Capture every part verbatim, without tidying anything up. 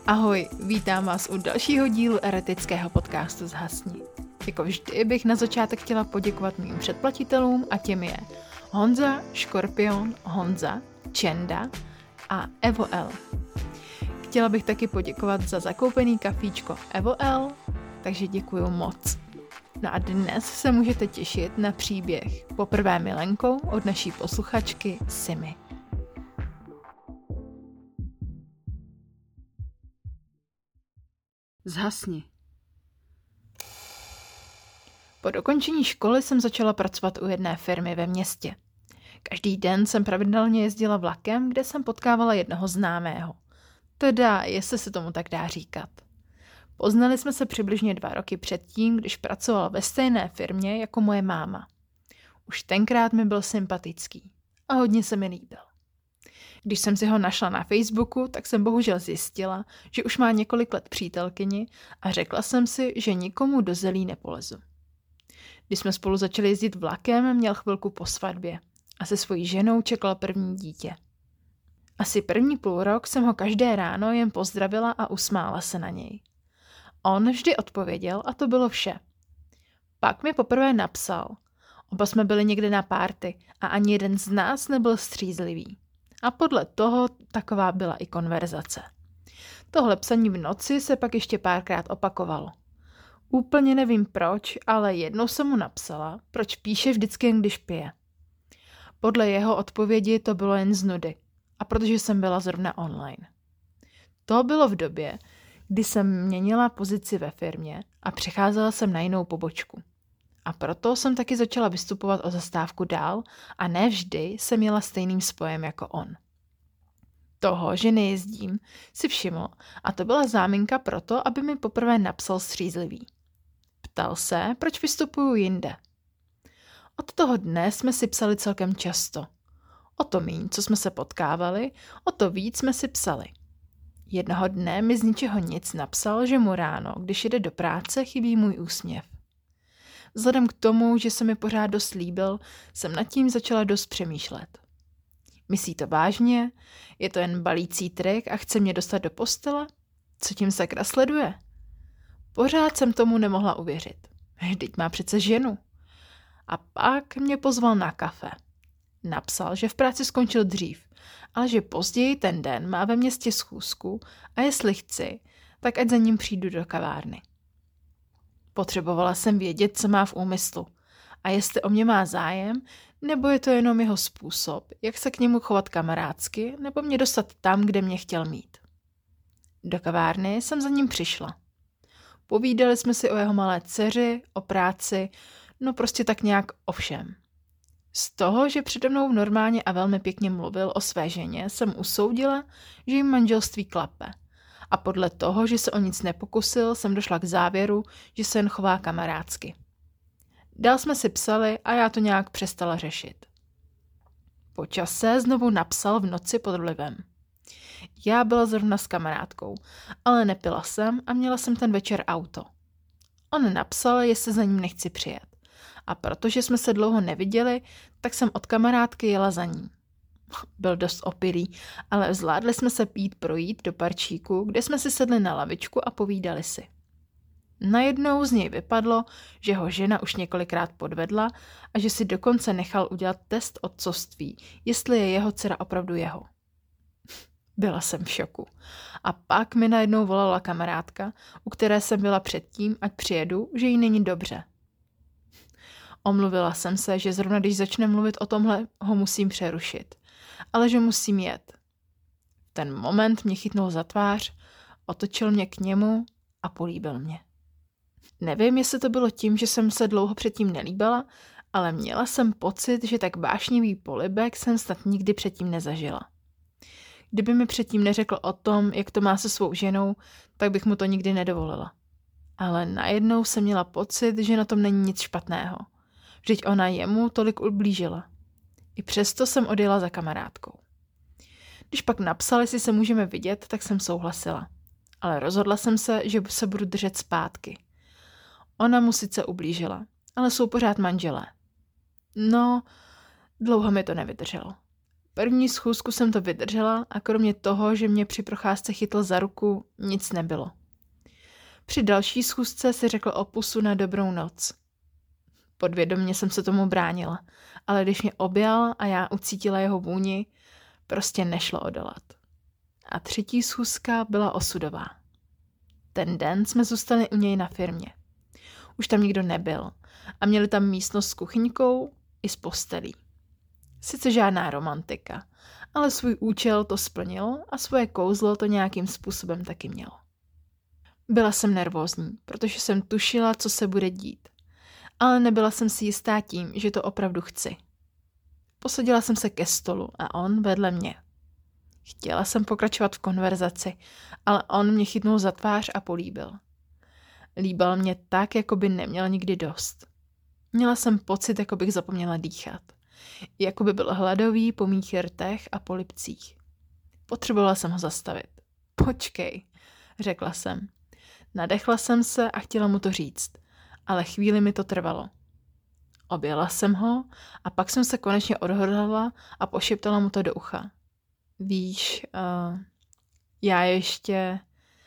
Ahoj, vítám vás u dalšího dílu eretického podcastu Zhasni. Jako vždy bych na začátek chtěla poděkovat mým předplatitelům a těm je Honza, Škorpion, Honza, Čenda a Evo L. Chtěla bych taky poděkovat za zakoupený kafíčko Evo L, takže děkuju moc. No a dnes se můžete těšit na příběh Poprvé milenkou od naší posluchačky Simi. Zhasni. Po dokončení školy jsem začala pracovat u jedné firmy ve městě. Každý den jsem pravidelně jezdila vlakem, kde jsem potkávala jednoho známého. Teda, jestli se tomu tak dá říkat. Poznali jsme se přibližně dva roky předtím, když pracoval ve stejné firmě jako moje máma. Už tenkrát mi byl sympatický a hodně se mi líbil. Když jsem si ho našla na Facebooku, tak jsem bohužel zjistila, že už má několik let přítelkyni a řekla jsem si, že nikomu do zelí nepolezu. Když jsme spolu začali jezdit vlakem, měl chvilku po svatbě a se svojí ženou čekal první dítě. Asi první půl rok jsem ho každé ráno jen pozdravila a usmála se na něj. On vždy odpověděl a to bylo vše. Pak mi poprvé napsal. Oba jsme byli někde na párty a ani jeden z nás nebyl střízlivý. A podle toho taková byla i konverzace. Tohle psaní v noci se pak ještě párkrát opakovalo. Úplně nevím proč, ale jednou jsem mu napsala, proč píše vždycky jen když pije. Podle jeho odpovědi to bylo jen z nudy a protože jsem byla zrovna online. To bylo v době, kdy jsem měnila pozici ve firmě a přecházela jsem na jinou pobočku. A proto jsem taky začala vystupovat o zastávku dál a ne vždy jsem jela stejným spojem jako on. Toho, že nejezdím, si všiml a to byla záminka pro to, aby mi poprvé napsal střízlivý. Ptal se, proč vystupuju jinde. Od toho dne jsme si psali celkem často. O to míň, co jsme se potkávali, o to víc jsme si psali. Jednoho dne mi z ničeho nic napsal, že mu ráno, když jede do práce, chybí můj úsměv. Vzhledem k tomu, že se mi pořád dost líbil, jsem nad tím začala dost přemýšlet. Myslí to vážně? Je to jen balící trik a chce mě dostat do postele? Co tím sakra sleduje? Pořád jsem tomu nemohla uvěřit. Vždyť má přece ženu. A pak mě pozval na kafe. Napsal, že v práci skončil dřív, ale že později ten den má ve městě schůzku a jestli chci, tak ať za ním přijdu do kavárny. Potřebovala jsem vědět, co má v úmyslu a jestli o mě má zájem, nebo je to jenom jeho způsob, jak se k němu chovat kamarádsky, nebo mě dostat tam, kde mě chtěl mít. Do kavárny jsem za ním přišla. Povídali jsme si o jeho malé dceři, o práci, no prostě tak nějak o všem. Z toho, že přede mnou normálně a velmi pěkně mluvil o své ženě, jsem usoudila, že jim manželství klape. A podle toho, že se o nic nepokusil, jsem došla k závěru, že se jen chová kamarádsky. Dál jsme si psali a já to nějak přestala řešit. Po čase znovu napsal v noci pod vlivem. Já byla zrovna s kamarádkou, ale nepila jsem a měla jsem ten večer auto. On napsal, jestli za ním nechci přijet. A protože jsme se dlouho neviděli, tak jsem od kamarádky jela za ním. Byl dost opilý, ale zvládli jsme se pít projít do parčíku, kde jsme si sedli na lavičku a povídali si. Najednou z něj vypadlo, že ho žena už několikrát podvedla a že si dokonce nechal udělat test otcovství, jestli je jeho dcera opravdu jeho. Byla jsem v šoku. A pak mi najednou volala kamarádka, u které jsem byla předtím, ať přijedu, že jí není dobře. Omluvila jsem se, že zrovna když začne mluvit o tomhle, ho musím přerušit, ale že musím jet. V ten moment mě chytnul za tvář, otočil mě k němu a políbil mě. Nevím, jestli to bylo tím, že jsem se dlouho předtím nelíbala, ale měla jsem pocit, že tak vášnivý polibek jsem snad nikdy předtím nezažila. Kdyby mi předtím neřekl o tom, jak to má se svou ženou, tak bych mu to nikdy nedovolila. Ale najednou jsem měla pocit, že na tom není nic špatného. Vždyť ona jemu tolik ublížila. I přesto jsem odjela za kamarádkou. Když pak napsal, jestli se můžeme vidět, tak jsem souhlasila. Ale rozhodla jsem se, že se budu držet zpátky. Ona mu sice ublížila, ale jsou pořád manželé. No, dlouho mi to nevydrželo. První schůzku jsem to vydržela a kromě toho, že mě při procházce chytl za ruku, nic nebylo. Při další schůzce si řekl o pusu na dobrou noc. Podvědomě jsem se tomu bránila, ale když mě objal a já ucítila jeho vůni, prostě nešlo odolat. A třetí schůzka byla osudová. Ten den jsme zůstali u něj na firmě. Už tam nikdo nebyl a měli tam místnost s kuchyňkou i s postelí. Sice žádná romantika, ale svůj účel to splnilo a svoje kouzlo to nějakým způsobem taky mělo. Byla jsem nervózní, protože jsem tušila, co se bude dít, ale nebyla jsem si jistá tím, že to opravdu chci. Posadila jsem se ke stolu a on vedle mě. Chtěla jsem pokračovat v konverzaci, ale on mě chytnul za tvář a políbil. Líbal mě tak, jako by neměl nikdy dost. Měla jsem pocit, jako bych zapomněla dýchat. Jako by byl hladový po mých rtech a po lipcích. Potřebovala jsem ho zastavit. Počkej, řekla jsem. Nadechla jsem se a chtěla mu to říct, ale chvíli mi to trvalo. Objela jsem ho a pak jsem se konečně odhodlala a pošeptala mu to do ucha. Víš, uh, já ještě...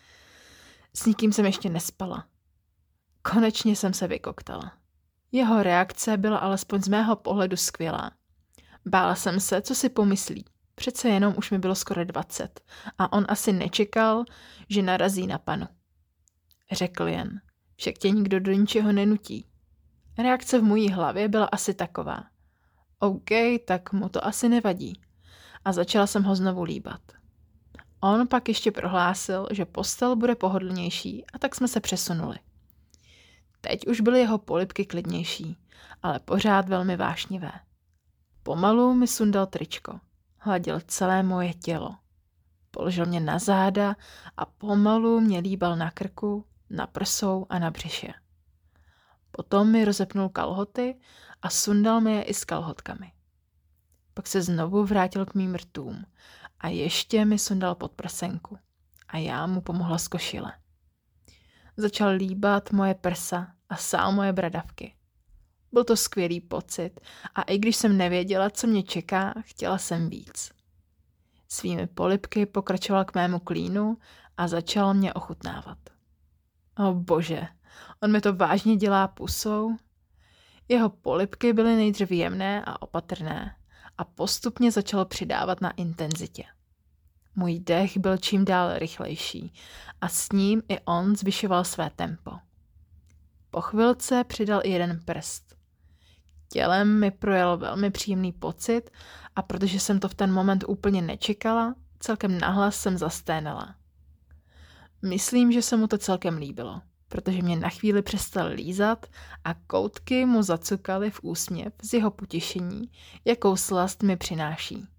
S nikým jsem ještě nespala. Konečně jsem se vykoktala. Jeho reakce byla alespoň z mého pohledu skvělá. Bála jsem se, co si pomyslí. Přece jenom už mi bylo skoro dvacet a on asi nečekal, že narazí na panu. Řekl jen, však tě nikdo do ničeho nenutí. Reakce v mojí hlavě byla asi taková. OK, tak mu to asi nevadí. A začala jsem ho znovu líbat. On pak ještě prohlásil, že postel bude pohodlnější a tak jsme se přesunuli. Teď už byly jeho polibky klidnější, ale pořád velmi vášnivé. Pomalu mi sundal tričko, hladil celé moje tělo. Položil mě na záda a pomalu mě líbal na krku, na prsou a na břiše. Potom mi rozepnul kalhoty a sundal mi je i s kalhotkami. Pak se znovu vrátil k mým rtům a ještě mi sundal podprsenku a já mu pomohla z košile. Začal líbat moje prsa a sál moje bradavky. Byl to skvělý pocit a i když jsem nevěděla, co mě čeká, chtěla jsem víc. Svými polibky pokračoval k mému klínu a začal mě ochutnávat. O bože, on mi to vážně dělá pusou? Jeho polibky byly nejdřív jemné a opatrné a postupně začal přidávat na intenzitě. Můj dech byl čím dál rychlejší a s ním i on zvyšoval své tempo. Po chvilce přidal i jeden prst. Tělem mi projel velmi příjemný pocit a protože jsem to v ten moment úplně nečekala, celkem nahlas jsem zasténala. Myslím, že se mu to celkem líbilo, protože mě na chvíli přestal lízat a koutky mu zacukaly v úsměv z jeho potěšení, jakou slast mi přináší.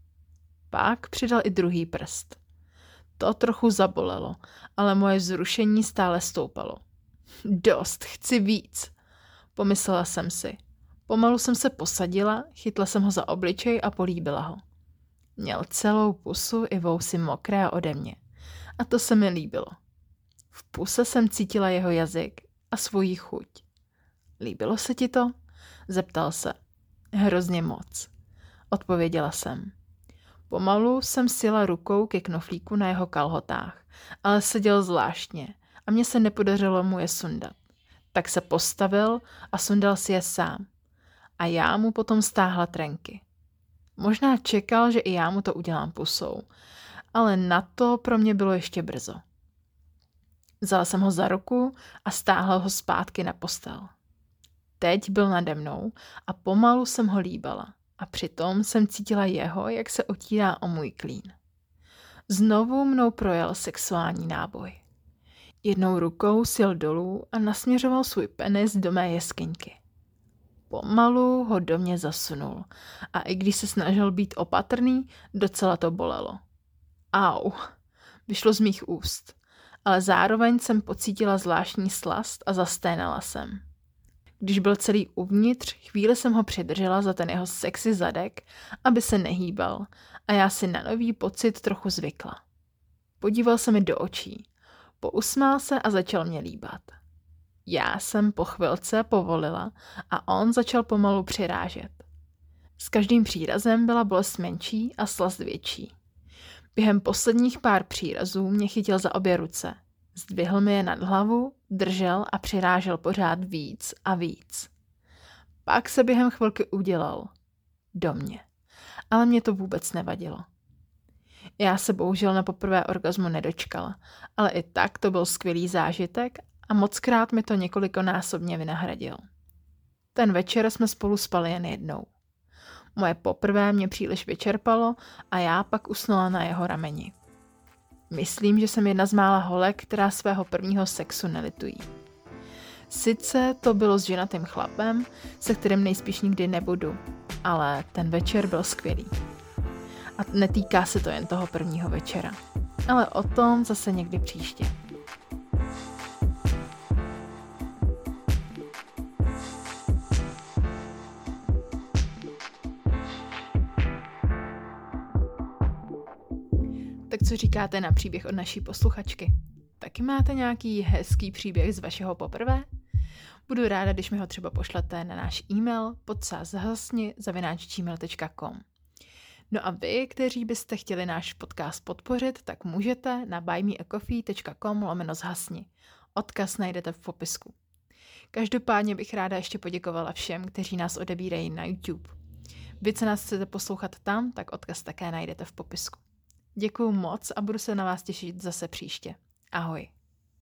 Pak přidal i druhý prst. To trochu zabolelo, ale moje vzrušení stále stoupalo. Dost, chci víc, pomyslela jsem si. Pomalu jsem se posadila, chytla jsem ho za obličej a políbila ho. Měl celou pusu i vousy mokré ode mě. A to se mi líbilo. V puse jsem cítila jeho jazyk a svoji chuť. Líbilo se ti to? Zeptal se. Hrozně moc. Odpověděla jsem. Pomalu jsem sjela rukou ke knoflíku na jeho kalhotách, ale seděl zvláštně a mně se nepodařilo mu je sundat. Tak se postavil a sundal si je sám. A já mu potom stáhla trenky. Možná čekal, že i já mu to udělám pusou, ale na to pro mě bylo ještě brzo. Vzala jsem ho za ruku a stáhla ho zpátky na postel. Teď byl nade mnou a pomalu jsem ho líbala a přitom jsem cítila jeho, jak se otírá o můj klín. Znovu mnou projel sexuální náboj. Jednou rukou sjel dolů a nasměřoval svůj penis do mé jeskyňky. Pomalu ho do mě zasunul a i když se snažil být opatrný, docela to bolelo. Au, vyšlo z mých úst, ale zároveň jsem pocítila zvláštní slast a zasténala jsem. Když byl celý uvnitř, chvíli jsem ho přidržela za ten jeho sexy zadek, aby se nehýbal a já si na nový pocit trochu zvykla. Podíval se mi do očí, pousmál se a začal mě líbat. Já jsem po chvilce povolila a on začal pomalu přirážet. S každým přírazem byla bolest menší a slast větší. Během posledních pár přírazů mě chytil za obě ruce. Zdvihl mi je nad hlavu, držel a přirážel pořád víc a víc. Pak se během chvilky udělal. Do mě. Ale mě to vůbec nevadilo. Já se bohužel na poprvé orgazmu nedočkala, ale i tak to byl skvělý zážitek a mockrát mi to několikonásobně vynahradil. Ten večer jsme spolu spali jen jednou. Moje poprvé mě příliš vyčerpalo a já pak usnula na jeho rameni. Myslím, že jsem jedna z mála holek, která svého prvního sexu nelitují. Sice to bylo s ženatým chlapem, se kterým nejspíš nikdy nebudu, ale ten večer byl skvělý. A netýká se to jen toho prvního večera, ale o tom zase někdy příště. Tak co říkáte na příběh od naší posluchačky? Taky máte nějaký hezký příběh z vašeho poprvé? Budu ráda, když mi ho třeba pošlete na náš e-mail podsázhasni zavináč gmail tečka com. No a vy, kteří byste chtěli náš podcast podpořit, tak můžete na buymeacoffee tečka com lomeno zhasni. Odkaz najdete v popisku. Každopádně bych ráda ještě poděkovala všem, kteří nás odebírají na YouTube. Vy, co nás chcete poslouchat tam, tak odkaz také najdete v popisku. Děkuju moc a budu se na vás těšit zase příště. Ahoj.